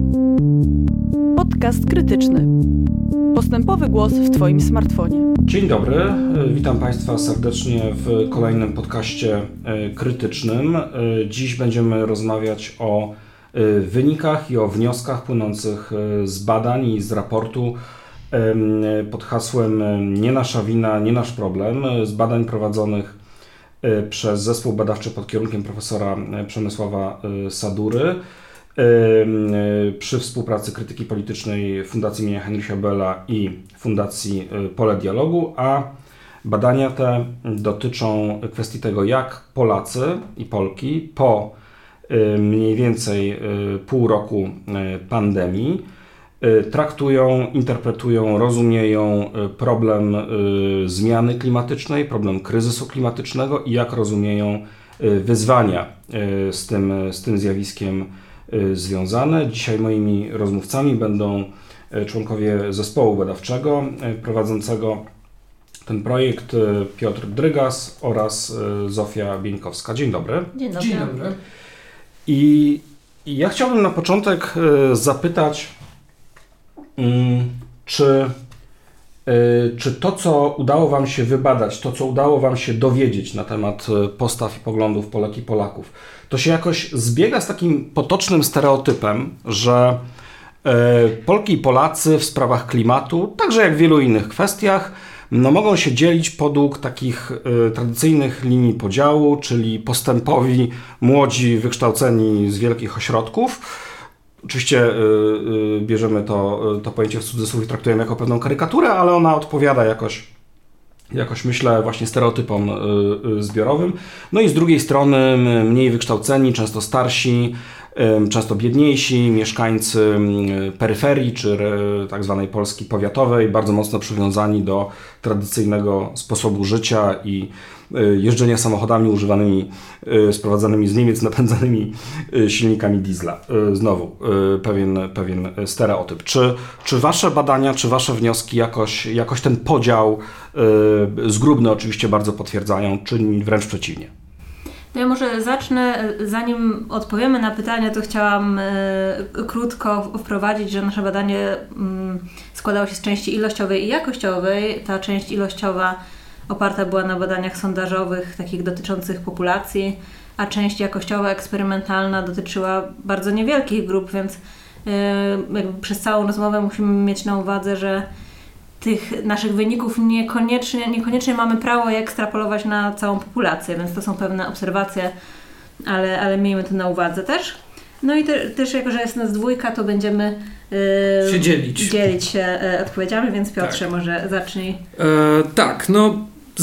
Podcast krytyczny. Postępowy głos w Twoim smartfonie. Dzień dobry, witam Państwa serdecznie w kolejnym podcaście krytycznym. Dziś będziemy rozmawiać o wynikach i o wnioskach płynących z badań i z raportu pod hasłem Nie nasza wina, nie nasz problem, z badań prowadzonych przez zespół badawczy pod kierunkiem profesora Przemysława Sadury przy współpracy Krytyki Politycznej Fundacji im. Heinricha Bölla i Fundacji Pole Dialogu, a badania te dotyczą kwestii tego, jak Polacy i Polki po mniej więcej pół roku pandemii traktują, interpretują, rozumieją problem zmiany klimatycznej, problem kryzysu klimatycznego i jak rozumieją wyzwania z tym zjawiskiem związane. Dzisiaj moimi rozmówcami będą członkowie zespołu badawczego prowadzącego ten projekt, Piotr Drygas oraz Zofia Bieńkowska. Dzień dobry. Dzień dobry. Dzień dobry. I ja chciałbym na początek zapytać, czy to, co udało Wam się wybadać, to, co udało Wam się dowiedzieć na temat postaw i poglądów Polek i Polaków, to się jakoś zbiega z takim potocznym stereotypem, że Polki i Polacy w sprawach klimatu, także jak w wielu innych kwestiach, mogą się dzielić podług takich tradycyjnych linii podziału, czyli postępowi, młodzi, wykształceni z wielkich ośrodków. Oczywiście bierzemy to pojęcie w cudzysłów i traktujemy jako pewną karykaturę, ale ona odpowiada jakoś myślę właśnie stereotypom zbiorowym. No i z drugiej strony mniej wykształceni, często starsi, często biedniejsi, mieszkańcy peryferii czy tak zwanej Polski powiatowej, bardzo mocno przywiązani do tradycyjnego sposobu życia i jeżdżenia samochodami używanymi, sprowadzanymi z Niemiec, napędzanymi silnikami diesla. Znowu pewien stereotyp. Czy Wasze badania, czy Wasze wnioski jakoś ten podział zgrubny oczywiście bardzo potwierdzają, czy wręcz przeciwnie? To ja może zacznę, zanim odpowiemy na pytanie, to chciałam krótko wprowadzić, że nasze badanie składało się z części ilościowej i jakościowej. Ta część ilościowa oparta była na badaniach sondażowych, takich dotyczących populacji, a część jakościowa, eksperymentalna dotyczyła bardzo niewielkich grup, więc jakby przez całą rozmowę musimy mieć na uwadze, że tych naszych wyników niekoniecznie mamy prawo je ekstrapolować na całą populację, więc to są pewne obserwacje, ale miejmy to na uwadze też. No i też jako, że jest nas dwójka, to będziemy się dzielić się odpowiedziami, więc Piotrze, tak. Może zacznij. Tak, no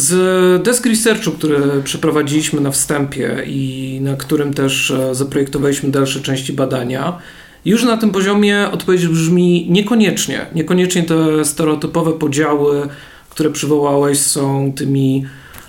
z desk researchu, który przeprowadziliśmy na wstępie i na którym też zaprojektowaliśmy dalsze części badania, już na tym poziomie odpowiedź brzmi niekoniecznie. Niekoniecznie te stereotypowe podziały, które przywołałeś, są tymi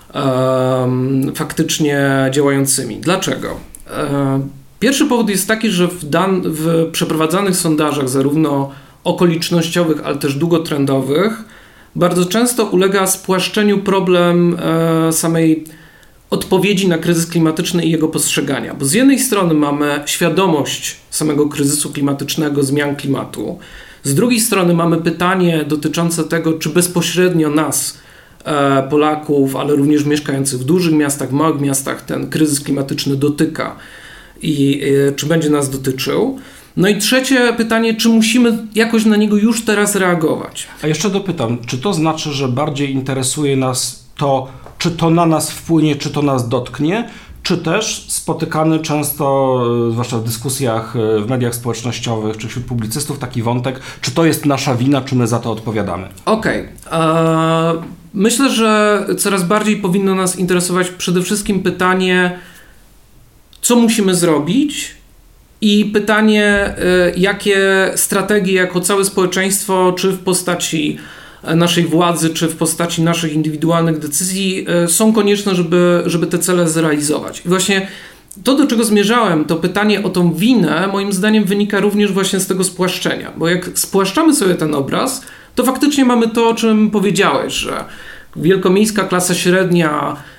faktycznie działającymi. Dlaczego? Pierwszy powód jest taki, że w przeprowadzanych sondażach, zarówno okolicznościowych, ale też długotrendowych, bardzo często ulega spłaszczeniu problem samej odpowiedzi na kryzys klimatyczny i jego postrzegania. Bo z jednej strony mamy świadomość samego kryzysu klimatycznego, zmian klimatu. Z drugiej strony mamy pytanie dotyczące tego, czy bezpośrednio nas, Polaków, ale również mieszkających w dużych miastach, w małych miastach, ten kryzys klimatyczny dotyka i czy będzie nas dotyczył. No i trzecie pytanie, czy musimy jakoś na niego już teraz reagować? A jeszcze dopytam, czy to znaczy, że bardziej interesuje nas to, czy to na nas wpłynie, czy to nas dotknie, czy też spotykany często, zwłaszcza w dyskusjach w mediach społecznościowych, czy wśród publicystów, taki wątek, czy to jest nasza wina, czy my za to odpowiadamy? Okej. Myślę, że coraz bardziej powinno nas interesować przede wszystkim pytanie, co musimy zrobić i pytanie, jakie strategie jako całe społeczeństwo, czy w postaci naszej władzy, czy w postaci naszych indywidualnych decyzji są konieczne, żeby te cele zrealizować. I właśnie to, do czego zmierzałem, to pytanie o tą winę, moim zdaniem wynika również właśnie z tego spłaszczenia, bo jak spłaszczamy sobie ten obraz, to faktycznie mamy to, o czym powiedziałeś, że wielkomiejska klasa średnia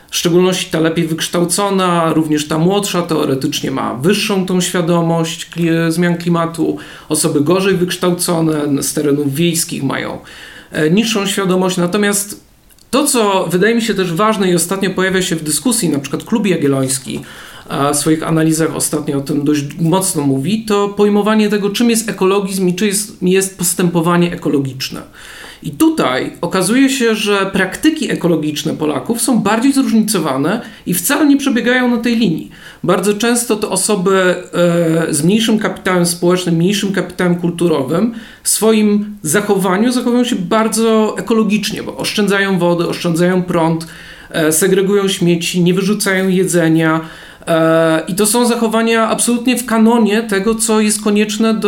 w szczególności ta lepiej wykształcona, również ta młodsza teoretycznie ma wyższą tą świadomość zmian klimatu, osoby gorzej wykształcone z terenów wiejskich mają niższą świadomość, natomiast to, co wydaje mi się też ważne i ostatnio pojawia się w dyskusji, na przykład Klub Jagielloński w swoich analizach ostatnio o tym dość mocno mówi, to pojmowanie tego, czym jest ekologizm i czym jest postępowanie ekologiczne. I tutaj okazuje się, że praktyki ekologiczne Polaków są bardziej zróżnicowane i wcale nie przebiegają na tej linii. Bardzo często to osoby z mniejszym kapitałem społecznym, mniejszym kapitałem kulturowym w swoim zachowaniu zachowują się bardzo ekologicznie, bo oszczędzają wodę, oszczędzają prąd, segregują śmieci, nie wyrzucają jedzenia. I to są zachowania absolutnie w kanonie tego, co jest konieczne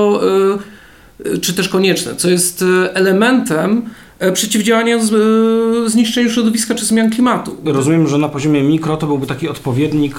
czy też konieczne, co jest elementem przeciwdziałania zniszczeniu środowiska czy zmian klimatu. Rozumiem, że na poziomie mikro to byłby taki odpowiednik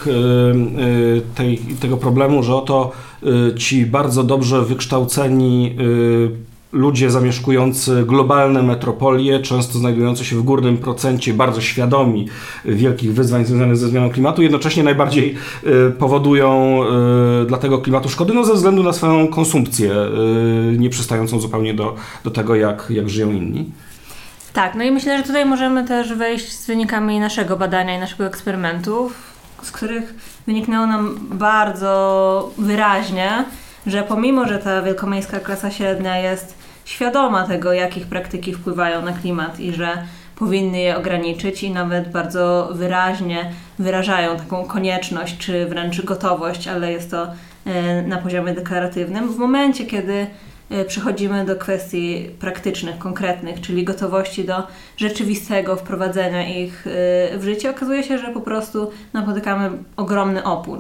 tego problemu, że oto ci bardzo dobrze wykształceni ludzie zamieszkujący globalne metropolie, często znajdujący się w górnym procencie, bardzo świadomi wielkich wyzwań związanych ze zmianą klimatu, jednocześnie najbardziej powodują dla tego klimatu szkody, ze względu na swoją konsumpcję, nie przystającą zupełnie do tego, jak żyją inni. Tak, no i myślę, że tutaj możemy też wejść z wynikami naszego badania i naszego eksperymentu, z których wyniknęło nam bardzo wyraźnie, że pomimo, że ta wielkomiejska klasa średnia jest świadoma tego, jak ich praktyki wpływają na klimat i że powinny je ograniczyć i nawet bardzo wyraźnie wyrażają taką konieczność czy wręcz gotowość, ale jest to na poziomie deklaratywnym. W momencie, kiedy przechodzimy do kwestii praktycznych, konkretnych, czyli gotowości do rzeczywistego wprowadzenia ich w życie, okazuje się, że po prostu napotykamy ogromny opór.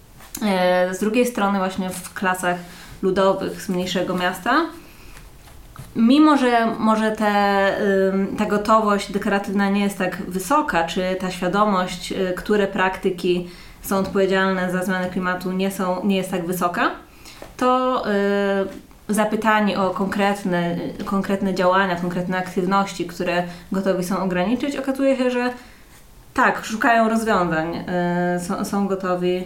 Z drugiej strony właśnie w klasach ludowych z mniejszego miasta, mimo że może ta gotowość deklaratywna nie jest tak wysoka, czy ta świadomość, które praktyki są odpowiedzialne za zmianę klimatu nie jest tak wysoka, to zapytani o konkretne działania, konkretne aktywności, które gotowi są ograniczyć, okazuje się, że tak, szukają rozwiązań, są gotowi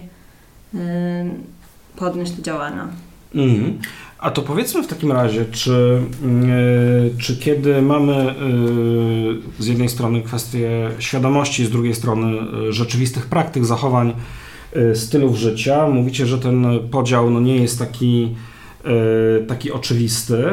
podjąć te działania. A to powiedzmy w takim razie, czy kiedy mamy z jednej strony kwestię świadomości, z drugiej strony rzeczywistych praktyk, zachowań, stylów życia, mówicie, że ten podział nie jest taki oczywisty,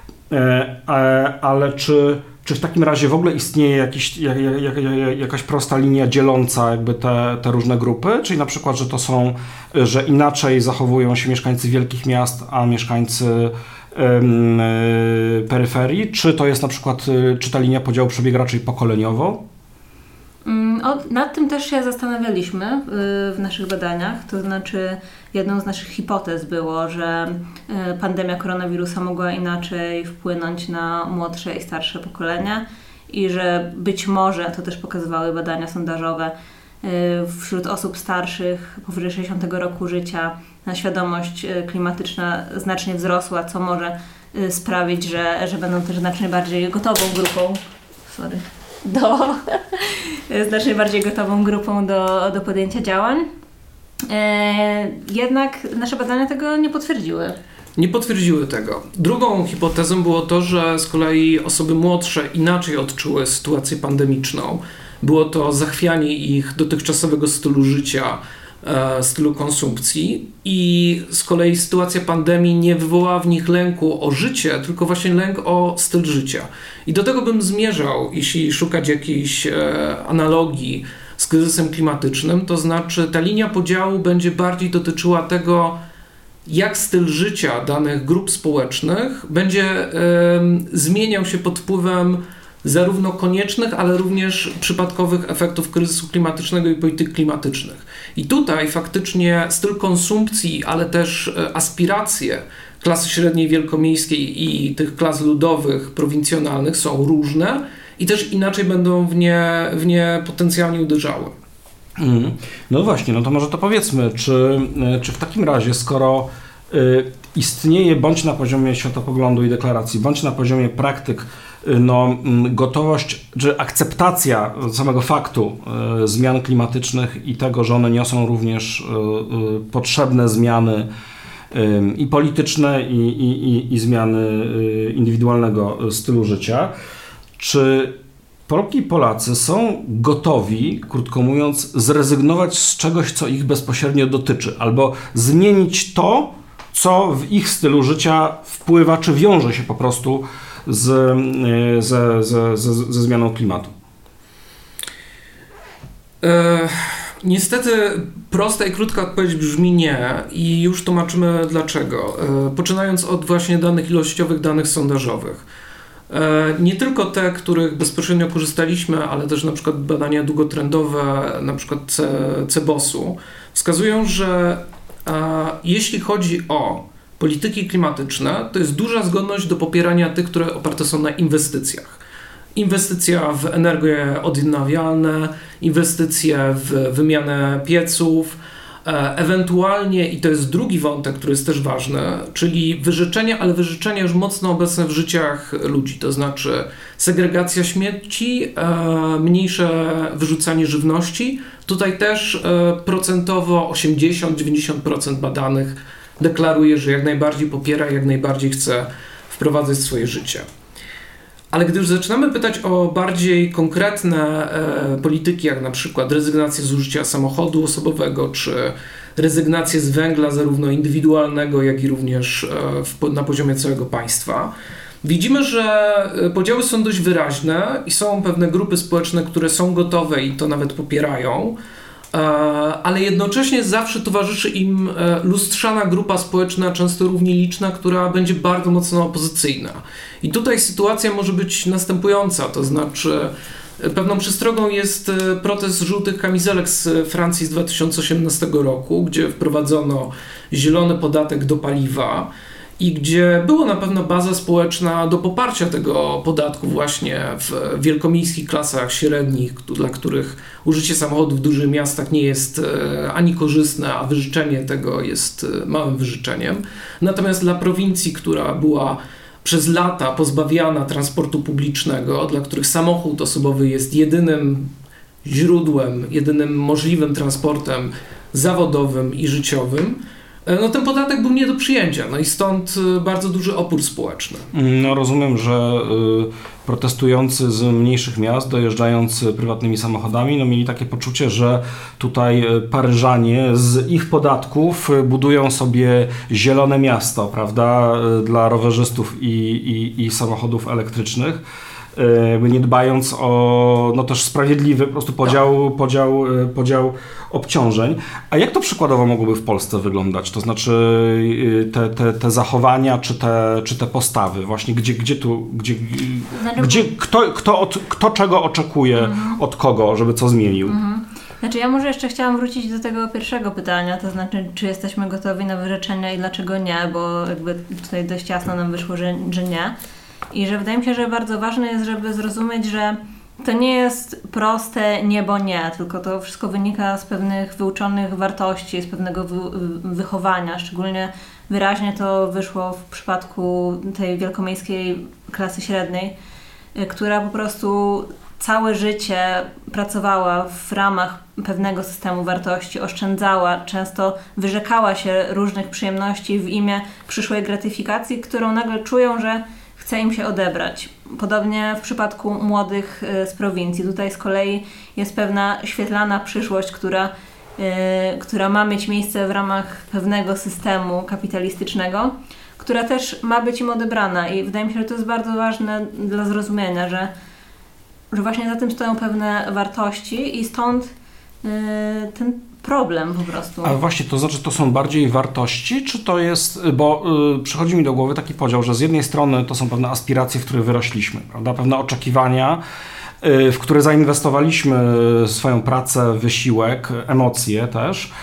ale czy w takim razie w ogóle istnieje jakaś prosta linia dzieląca jakby te różne grupy? Czyli na przykład, że inaczej zachowują się mieszkańcy wielkich miast, a mieszkańcy peryferii? Czy to jest na przykład, czy ta linia podziału przebiega raczej pokoleniowo? Nad tym też się zastanawialiśmy w naszych badaniach, to znaczy jedną z naszych hipotez było, że pandemia koronawirusa mogła inaczej wpłynąć na młodsze i starsze pokolenia i że być może, to też pokazywały badania sondażowe, wśród osób starszych powyżej 60 roku życia na świadomość klimatyczna znacznie wzrosła, co może sprawić, że będą też znacznie bardziej gotową grupą znacznie bardziej gotową grupą do podjęcia działań. Jednak nasze badania tego nie potwierdziły. Nie potwierdziły tego. Drugą hipotezą było to, że z kolei osoby młodsze inaczej odczuły sytuację pandemiczną. Było to zachwianie ich dotychczasowego stylu życia, stylu konsumpcji i z kolei sytuacja pandemii nie wywołała w nich lęku o życie, tylko właśnie lęk o styl życia. I do tego bym zmierzał, jeśli szukać jakiejś analogii z kryzysem klimatycznym, to znaczy ta linia podziału będzie bardziej dotyczyła tego, jak styl życia danych grup społecznych będzie zmieniał się pod wpływem zarówno koniecznych, ale również przypadkowych efektów kryzysu klimatycznego i polityk klimatycznych. I tutaj faktycznie styl konsumpcji, ale też aspiracje klasy średniej wielkomiejskiej i tych klas ludowych, prowincjonalnych są różne i też inaczej będą w nie potencjalnie uderzały. No właśnie, no to może to powiedzmy, czy w takim razie, skoro istnieje bądź na poziomie światopoglądu i deklaracji, bądź na poziomie praktyk gotowość, czy akceptacja samego faktu zmian klimatycznych i tego, że one niosą również potrzebne zmiany i polityczne, i zmiany indywidualnego stylu życia. Czy Polki i Polacy są gotowi, krótko mówiąc, zrezygnować z czegoś, co ich bezpośrednio dotyczy, albo zmienić to, co w ich stylu życia wpływa, czy wiąże się po prostu ze zmianą klimatu? Niestety prosta i krótka odpowiedź brzmi nie i już tłumaczymy dlaczego. Poczynając od właśnie danych ilościowych, danych sondażowych. Nie tylko te, których bezpośrednio korzystaliśmy, ale też na przykład badania długotrendowe, na przykład CBOS-u, wskazują, że jeśli chodzi o polityki klimatyczne, to jest duża zgodność do popierania tych, które oparte są na inwestycjach. Inwestycja w energie odnawialne, inwestycje w wymianę pieców, ewentualnie, i to jest drugi wątek, który jest też ważny, czyli wyrzeczenia, ale wyrzeczenia już mocno obecne w życiach ludzi, to znaczy segregacja śmieci, mniejsze wyrzucanie żywności. Tutaj też procentowo 80-90% badanych deklaruje, że jak najbardziej popiera, jak najbardziej chce wprowadzać w swoje życie. Ale gdy już zaczynamy pytać o bardziej konkretne polityki, jak na przykład rezygnację z użycia samochodu osobowego, czy rezygnację z węgla zarówno indywidualnego, jak i również na poziomie całego państwa, widzimy, że podziały są dość wyraźne i są pewne grupy społeczne, które są gotowe i to nawet popierają, ale jednocześnie zawsze towarzyszy im lustrzana grupa społeczna, często równie liczna, która będzie bardzo mocno opozycyjna. I tutaj sytuacja może być następująca, to znaczy pewną przestrogą jest protest żółtych kamizelek z Francji z 2018 roku, gdzie wprowadzono zielony podatek do paliwa i gdzie była na pewno baza społeczna do poparcia tego podatku właśnie w wielkomiejskich klasach średnich, dla których użycie samochodu w dużych miastach nie jest ani korzystne, a wyżyczenie tego jest małym wyżyczeniem. Natomiast dla prowincji, która była przez lata pozbawiana transportu publicznego, dla których samochód osobowy jest jedynym źródłem, jedynym możliwym transportem zawodowym i życiowym, no ten podatek był nie do przyjęcia, no i stąd bardzo duży opór społeczny. No rozumiem, że protestujący z mniejszych miast, dojeżdżając prywatnymi samochodami, no mieli takie poczucie, że tutaj Paryżanie z ich podatków budują sobie zielone miasto, prawda, dla rowerzystów i samochodów elektrycznych, nie dbając o no też sprawiedliwy po prostu podział obciążeń. A jak to przykładowo mogłoby w Polsce wyglądać? To znaczy te zachowania czy te postawy? Właśnie kto czego oczekuje od kogo, żeby co zmienił? Znaczy ja może jeszcze chciałam wrócić do tego pierwszego pytania, to znaczy czy jesteśmy gotowi na wyrzeczenia i dlaczego nie, bo jakby tutaj dość jasno nam wyszło, że nie. I że wydaje mi się, że bardzo ważne jest, żeby zrozumieć, że to nie jest proste nie, bo nie, tylko to wszystko wynika z pewnych wyuczonych wartości, z pewnego wychowania. Szczególnie wyraźnie to wyszło w przypadku tej wielkomiejskiej klasy średniej, która po prostu całe życie pracowała w ramach pewnego systemu wartości, oszczędzała, często wyrzekała się różnych przyjemności w imię przyszłej gratyfikacji, którą nagle czują, że chce im się odebrać. Podobnie w przypadku młodych z prowincji. Tutaj z kolei jest pewna świetlana przyszłość, która ma mieć miejsce w ramach pewnego systemu kapitalistycznego, która też ma być im odebrana. I wydaje mi się, że to jest bardzo ważne dla zrozumienia, że właśnie za tym stoją pewne wartości i stąd ten problem po prostu. Ale właśnie, to znaczy to są bardziej wartości, czy to jest, bo przychodzi mi do głowy taki podział, że z jednej strony to są pewne aspiracje, w które wyrośliśmy, prawda? Pewne oczekiwania, w które zainwestowaliśmy swoją pracę, wysiłek, emocje też,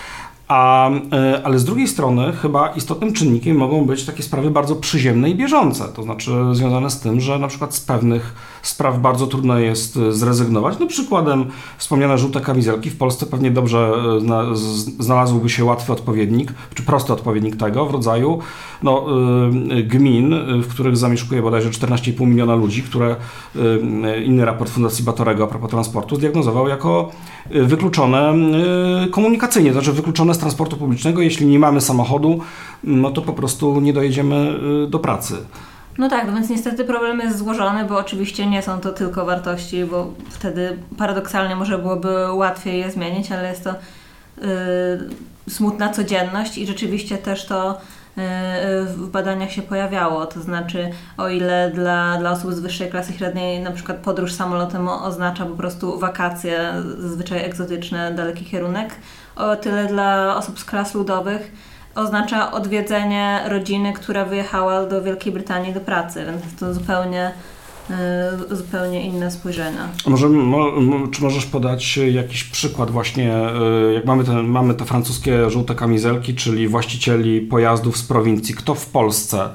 Ale z drugiej strony chyba istotnym czynnikiem mogą być takie sprawy bardzo przyziemne i bieżące, to znaczy związane z tym, że na przykład z pewnych spraw bardzo trudno jest zrezygnować. No przykładem wspomniane żółte kamizelki. W Polsce pewnie dobrze znalazłby się łatwy odpowiednik, czy prosty odpowiednik tego w rodzaju gmin, w których zamieszkuje bodajże 14,5 miliona ludzi, które inny raport Fundacji Batorego a propos transportu zdiagnozował jako wykluczone komunikacyjnie, to znaczy wykluczone z transportu publicznego. Jeśli nie mamy samochodu, no to po prostu nie dojedziemy do pracy. No tak, więc niestety problem jest złożony, bo oczywiście nie są to tylko wartości, bo wtedy paradoksalnie może byłoby łatwiej je zmienić, ale jest to smutna codzienność i rzeczywiście też to w badaniach się pojawiało, to znaczy o ile dla osób z wyższej klasy średniej na przykład podróż samolotem oznacza po prostu wakacje, zazwyczaj egzotyczne, daleki kierunek, o tyle dla osób z klas ludowych oznacza odwiedzenie rodziny, która wyjechała do Wielkiej Brytanii do pracy, więc to zupełnie inne spojrzenie. Czy możesz podać jakiś przykład właśnie, jak mamy te francuskie żółte kamizelki, czyli właścicieli pojazdów z prowincji, kto w Polsce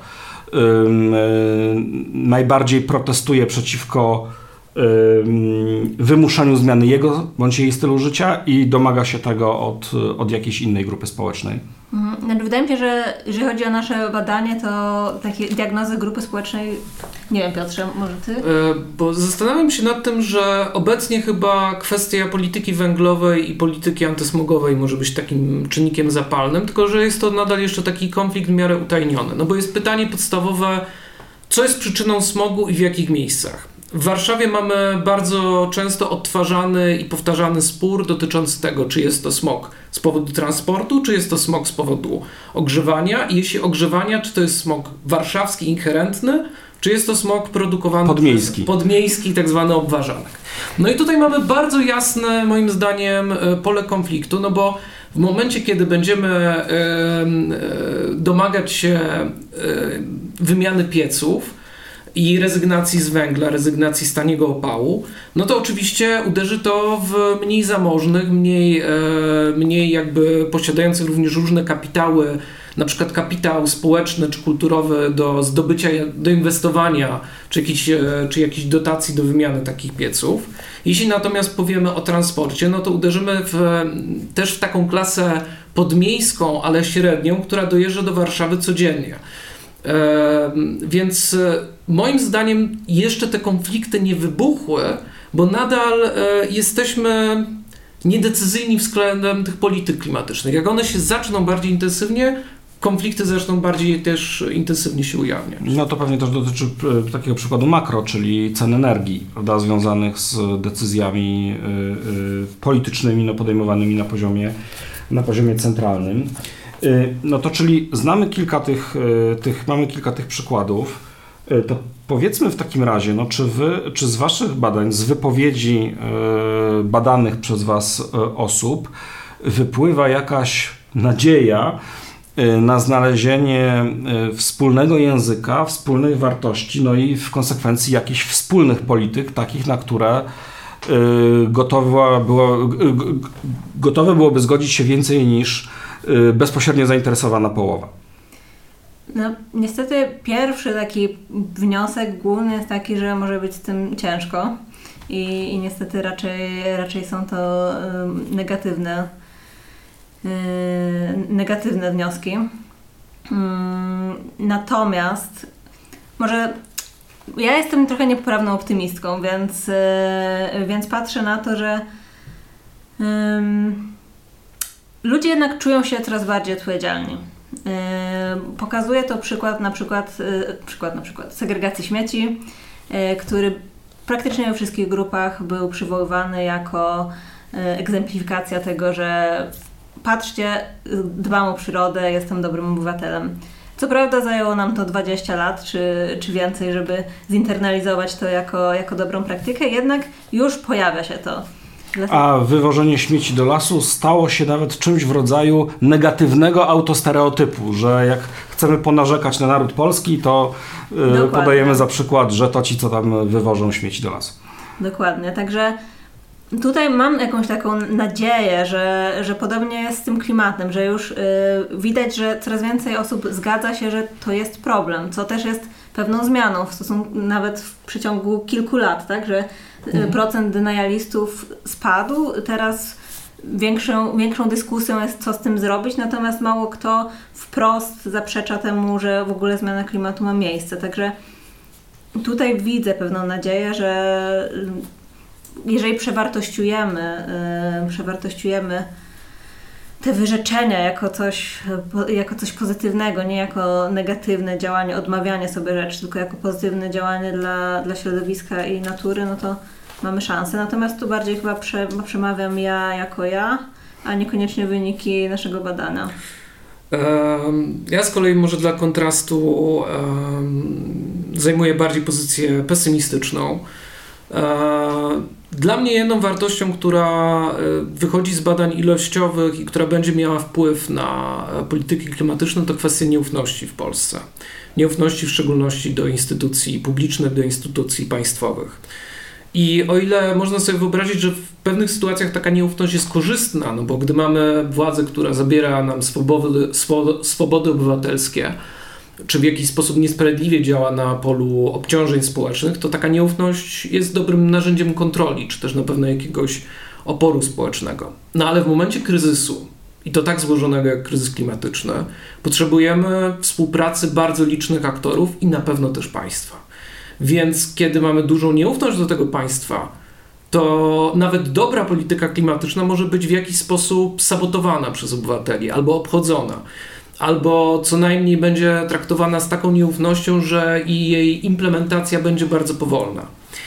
najbardziej protestuje przeciwko wymuszaniu zmiany jego bądź jej stylu życia i domaga się tego od jakiejś innej grupy społecznej? Wydaje mi się, że jeżeli chodzi o nasze badanie, to takie diagnozy grupy społecznej, nie wiem, Piotrze, może ty? Bo zastanawiam się nad tym, że obecnie chyba kwestia polityki węglowej i polityki antysmogowej może być takim czynnikiem zapalnym, tylko że jest to nadal jeszcze taki konflikt w miarę utajniony. No bo jest pytanie podstawowe, co jest przyczyną smogu i w jakich miejscach? W Warszawie mamy bardzo często odtwarzany i powtarzany spór dotyczący tego, czy jest to smog z powodu transportu, czy jest to smog z powodu ogrzewania. I jeśli ogrzewania, czy to jest smog warszawski, inherentny, czy jest to smog produkowany podmiejski, tak zwany obwarzanek. No i tutaj mamy bardzo jasne, moim zdaniem, pole konfliktu, no bo w momencie, kiedy będziemy domagać się wymiany pieców, i rezygnacji z węgla, rezygnacji z taniego opału, no to oczywiście uderzy to w mniej zamożnych, mniej jakby posiadających również różne kapitały, na przykład kapitał społeczny czy kulturowy do zdobycia, do inwestowania, czy jakiejś dotacji do wymiany takich pieców. Jeśli natomiast powiemy o transporcie, no to uderzymy też w taką klasę podmiejską, ale średnią, która dojeżdża do Warszawy codziennie. Więc moim zdaniem jeszcze te konflikty nie wybuchły, bo nadal jesteśmy niedecyzyjni względem tych polityk klimatycznych. Jak one się zaczną bardziej intensywnie, konflikty zaczną bardziej też intensywnie się ujawniać. No to pewnie też dotyczy takiego przykładu makro, czyli cen energii, prawda, związanych z decyzjami politycznymi podejmowanymi na poziomie centralnym. No to czyli znamy mamy kilka tych przykładów. To powiedzmy w takim razie, czy z waszych badań, z wypowiedzi badanych przez was osób wypływa jakaś nadzieja na znalezienie wspólnego języka, wspólnych wartości, no i w konsekwencji jakichś wspólnych polityk, takich, na które gotowe byłoby zgodzić się więcej niż bezpośrednio zainteresowana połowa? No, niestety pierwszy taki wniosek główny jest taki, że może być z tym ciężko i niestety raczej są to negatywne wnioski. Natomiast może ja jestem trochę niepoprawną optymistką, więc patrzę na to, że ludzie jednak czują się coraz bardziej odpowiedzialni. Pokazuje to przykład na przykład segregacji śmieci, który praktycznie we wszystkich grupach był przywoływany jako egzemplifikacja tego, że patrzcie, dbam o przyrodę, jestem dobrym obywatelem. Co prawda zajęło nam to 20 lat czy więcej, żeby zinternalizować to jako dobrą praktykę, jednak już pojawia się to. A wywożenie śmieci do lasu stało się nawet czymś w rodzaju negatywnego autostereotypu, że jak chcemy ponarzekać na naród polski, to podajemy za przykład, że to ci, co tam wywożą śmieci do lasu. Dokładnie, także tutaj mam jakąś taką nadzieję, że podobnie jest z tym klimatem, że już widać, że coraz więcej osób zgadza się, że to jest problem, co też jest pewną zmianą w stosunku nawet w przeciągu kilku lat, tak, że procent denialistów spadł, teraz większą dyskusją jest, co z tym zrobić, natomiast mało kto wprost zaprzecza temu, że w ogóle zmiana klimatu ma miejsce, także tutaj widzę pewną nadzieję, że jeżeli przewartościujemy te wyrzeczenia jako coś pozytywnego, nie jako negatywne działanie, odmawianie sobie rzeczy, tylko jako pozytywne działanie dla środowiska i natury, no to mamy szansę. Natomiast tu bardziej chyba przemawiam ja, a niekoniecznie wyniki naszego badania. Ja z kolei może dla kontrastu zajmuję bardziej pozycję pesymistyczną. Dla mnie jedną wartością, która wychodzi z badań ilościowych i która będzie miała wpływ na polityki klimatyczne, to kwestia nieufności w Polsce. Nieufności w szczególności do instytucji publicznych, do instytucji państwowych. I o ile można sobie wyobrazić, że w pewnych sytuacjach taka nieufność jest korzystna, no bo gdy mamy władzę, która zabiera nam swobody obywatelskie, czy w jakiś sposób niesprawiedliwie działa na polu obciążeń społecznych, to taka nieufność jest dobrym narzędziem kontroli, czy też na pewno jakiegoś oporu społecznego. No ale w momencie kryzysu, i to tak złożonego jak kryzys klimatyczny, potrzebujemy współpracy bardzo licznych aktorów i na pewno też państwa. Więc kiedy mamy dużą nieufność do tego państwa, to nawet dobra polityka klimatyczna może być w jakiś sposób sabotowana przez obywateli albo obchodzona. Albo co najmniej będzie traktowana z taką nieufnością, że i jej implementacja będzie bardzo powolna.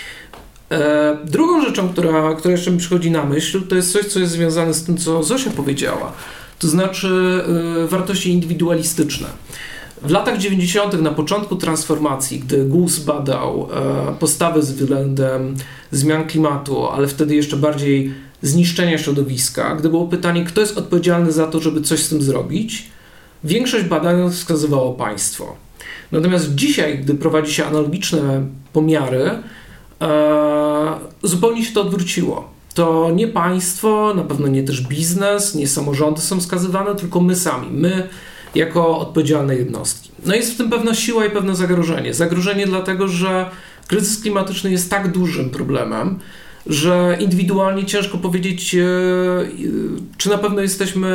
Drugą rzeczą, która jeszcze mi przychodzi na myśl, to jest coś, co jest związane z tym, co Zosia powiedziała. To znaczy wartości indywidualistyczne. W latach 90. na początku transformacji, gdy GUS badał postawy względem zmian klimatu, ale wtedy jeszcze bardziej zniszczenia środowiska, gdy było pytanie, kto jest odpowiedzialny za to, żeby coś z tym zrobić, większość badań wskazywało państwo. Natomiast dzisiaj, gdy prowadzi się analogiczne pomiary, zupełnie się to odwróciło. To nie państwo, na pewno nie też biznes, nie samorządy są wskazywane, tylko my sami, my jako odpowiedzialne jednostki. No jest w tym pewna siła i pewne zagrożenie. Zagrożenie dlatego, że kryzys klimatyczny jest tak dużym problemem, że indywidualnie ciężko powiedzieć, czy na pewno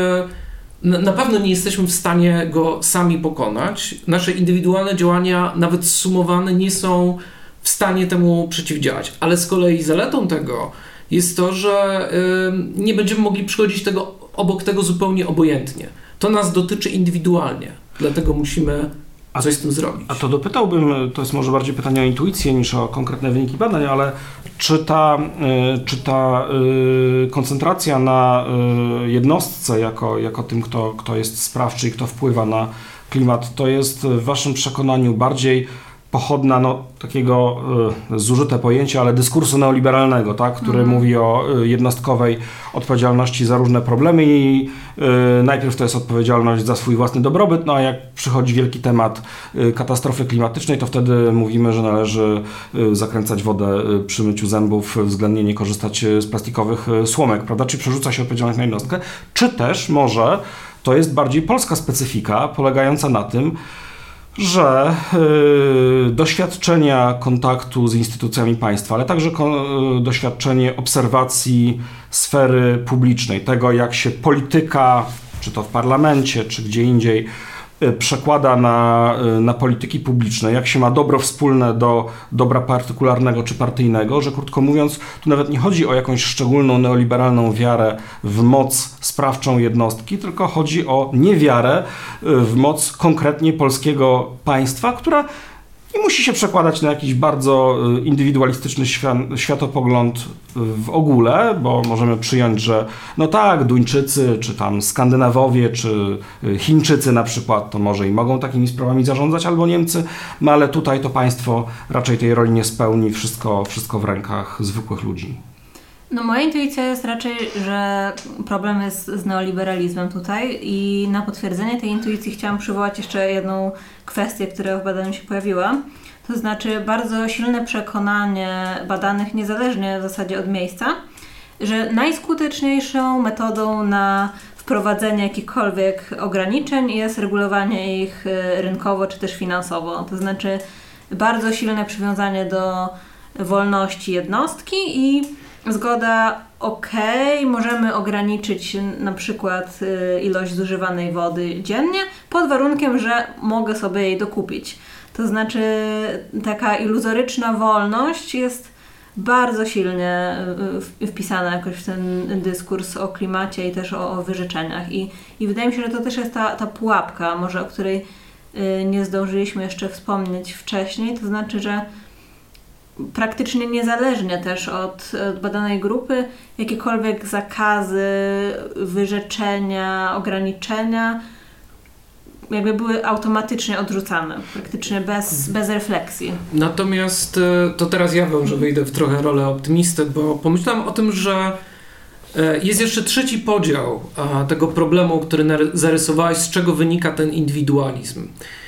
nie jesteśmy w stanie go sami pokonać. Nasze indywidualne działania, nawet zsumowane, nie są w stanie temu przeciwdziałać. Ale z kolei zaletą tego jest to, że nie będziemy mogli przychodzić obok tego zupełnie obojętnie. To nas dotyczy indywidualnie, dlatego musimy coś z tym zrobić. A to dopytałbym, to jest może bardziej pytanie o intuicję niż o konkretne wyniki badań, ale czy ta koncentracja na jednostce jako tym, kto jest sprawczy i kto wpływa na klimat, to jest w waszym przekonaniu bardziej pochodna takiego zużyte pojęcie, ale dyskursu neoliberalnego, tak, który mówi o jednostkowej odpowiedzialności za różne problemy i najpierw to jest odpowiedzialność za swój własny dobrobyt, no a jak przychodzi wielki temat katastrofy klimatycznej, to wtedy mówimy, że należy zakręcać wodę przy myciu zębów, względnie nie korzystać z plastikowych słomek, prawda, czy przerzuca się odpowiedzialność na jednostkę, czy też może to jest bardziej polska specyfika, polegająca na tym, że doświadczenia kontaktu z instytucjami państwa, ale także doświadczenie obserwacji sfery publicznej, tego jak się polityka, czy to w parlamencie, czy gdzie indziej, przekłada na polityki publiczne, jak się ma dobro wspólne do dobra partykularnego czy partyjnego, że krótko mówiąc, tu nawet nie chodzi o jakąś szczególną neoliberalną wiarę w moc sprawczą jednostki, tylko chodzi o niewiarę w moc konkretnie polskiego państwa, która nie musi się przekładać na jakiś bardzo indywidualistyczny światopogląd w ogóle, bo możemy przyjąć, że no tak, Duńczycy, czy tam Skandynawowie, czy Chińczycy na przykład, to może i mogą takimi sprawami zarządzać, albo Niemcy, no ale tutaj to państwo raczej tej roli nie spełni, wszystko w rękach zwykłych ludzi. No moja intuicja jest raczej, że problem jest z neoliberalizmem tutaj i na potwierdzenie tej intuicji chciałam przywołać jeszcze jedną kwestię, która w badaniu się pojawiła. To znaczy bardzo silne przekonanie badanych niezależnie w zasadzie od miejsca, że najskuteczniejszą metodą na wprowadzenie jakichkolwiek ograniczeń jest regulowanie ich rynkowo czy też finansowo. To znaczy bardzo silne przywiązanie do wolności jednostki i zgoda, możemy ograniczyć na przykład ilość zużywanej wody dziennie pod warunkiem, że mogę sobie jej dokupić. To znaczy taka iluzoryczna wolność jest bardzo silnie wpisana jakoś w ten dyskurs o klimacie i też o wyrzeczeniach. I wydaje mi się, że to też jest ta pułapka, może o której nie zdążyliśmy jeszcze wspomnieć wcześniej, to znaczy, że praktycznie niezależnie też od badanej grupy jakiekolwiek zakazy, wyrzeczenia, ograniczenia jakby były automatycznie odrzucane, praktycznie bez refleksji. Natomiast to teraz ja wiem, że wyjdę w trochę rolę optymisty, bo pomyślałem o tym, że jest jeszcze trzeci podział tego problemu, który zarysowałeś, z czego wynika ten indywidualizm.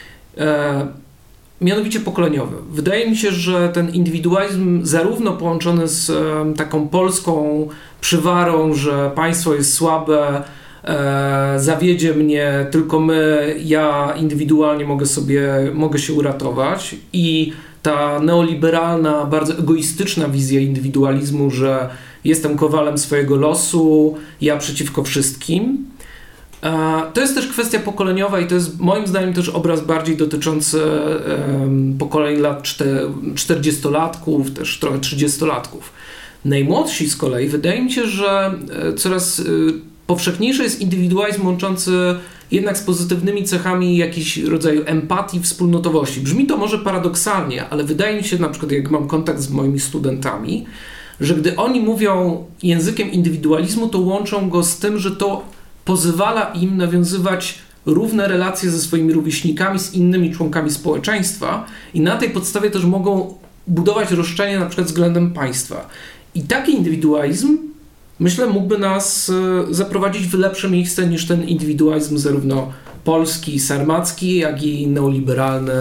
Mianowicie pokoleniowy. Wydaje mi się, że ten indywidualizm zarówno połączony z taką polską przywarą, że państwo jest słabe, zawiedzie mnie tylko ja indywidualnie mogę się uratować, i ta neoliberalna, bardzo egoistyczna wizja indywidualizmu, że jestem kowalem swojego losu, ja przeciwko wszystkim. To jest też kwestia pokoleniowa i to jest moim zdaniem też obraz bardziej dotyczący pokoleń lat 40-latków, też trochę 30-latków. Najmłodsi z kolei, wydaje mi się, że coraz powszechniejszy jest indywidualizm łączący jednak z pozytywnymi cechami jakiś rodzaju empatii, wspólnotowości. Brzmi to może paradoksalnie, ale wydaje mi się, na przykład jak mam kontakt z moimi studentami, że gdy oni mówią językiem indywidualizmu, to łączą go z tym, że to pozwala im nawiązywać równe relacje ze swoimi rówieśnikami, z innymi członkami społeczeństwa i na tej podstawie też mogą budować roszczenia na przykład względem państwa. I taki indywidualizm, myślę, mógłby nas zaprowadzić w lepsze miejsce niż ten indywidualizm zarówno polski, sarmacki, jak i neoliberalny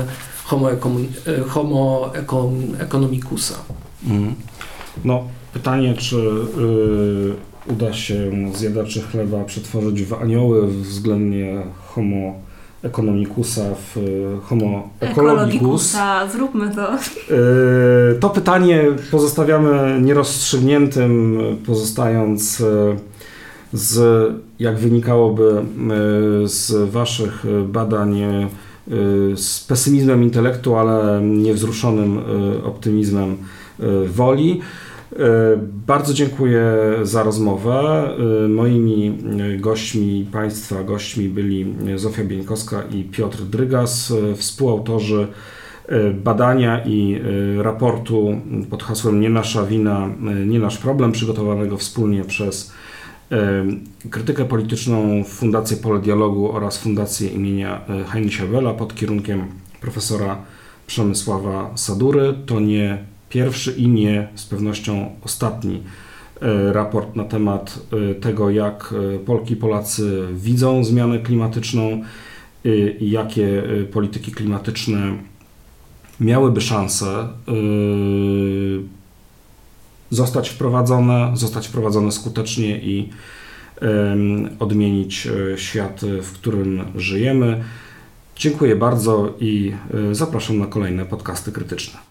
homo economicusa. No, pytanie, czy uda się zjadaczy chleba przetworzyć w anioły względnie homo economicusa w homo ecologicus. Zróbmy to. To pytanie pozostawiamy nierozstrzygniętym, pozostając jak wynikałoby z waszych badań, z pesymizmem intelektu, ale niewzruszonym optymizmem woli. Bardzo dziękuję za rozmowę. Moimi gośćmi, Państwa gośćmi byli Zofia Bieńkowska i Piotr Drygas, współautorzy badania i raportu pod hasłem Nie nasza wina, nie nasz problem, przygotowanego wspólnie przez Krytykę Polityczną, Fundację Pole Dialogu oraz Fundację imienia Heinricha Bölla pod kierunkiem profesora Przemysława Sadury. To nie pierwszy i nie z pewnością ostatni raport na temat tego, jak Polki i Polacy widzą zmianę klimatyczną i jakie polityki klimatyczne miałyby szansę zostać wprowadzone skutecznie i odmienić świat, w którym żyjemy. Dziękuję bardzo i zapraszam na kolejne podcasty krytyczne.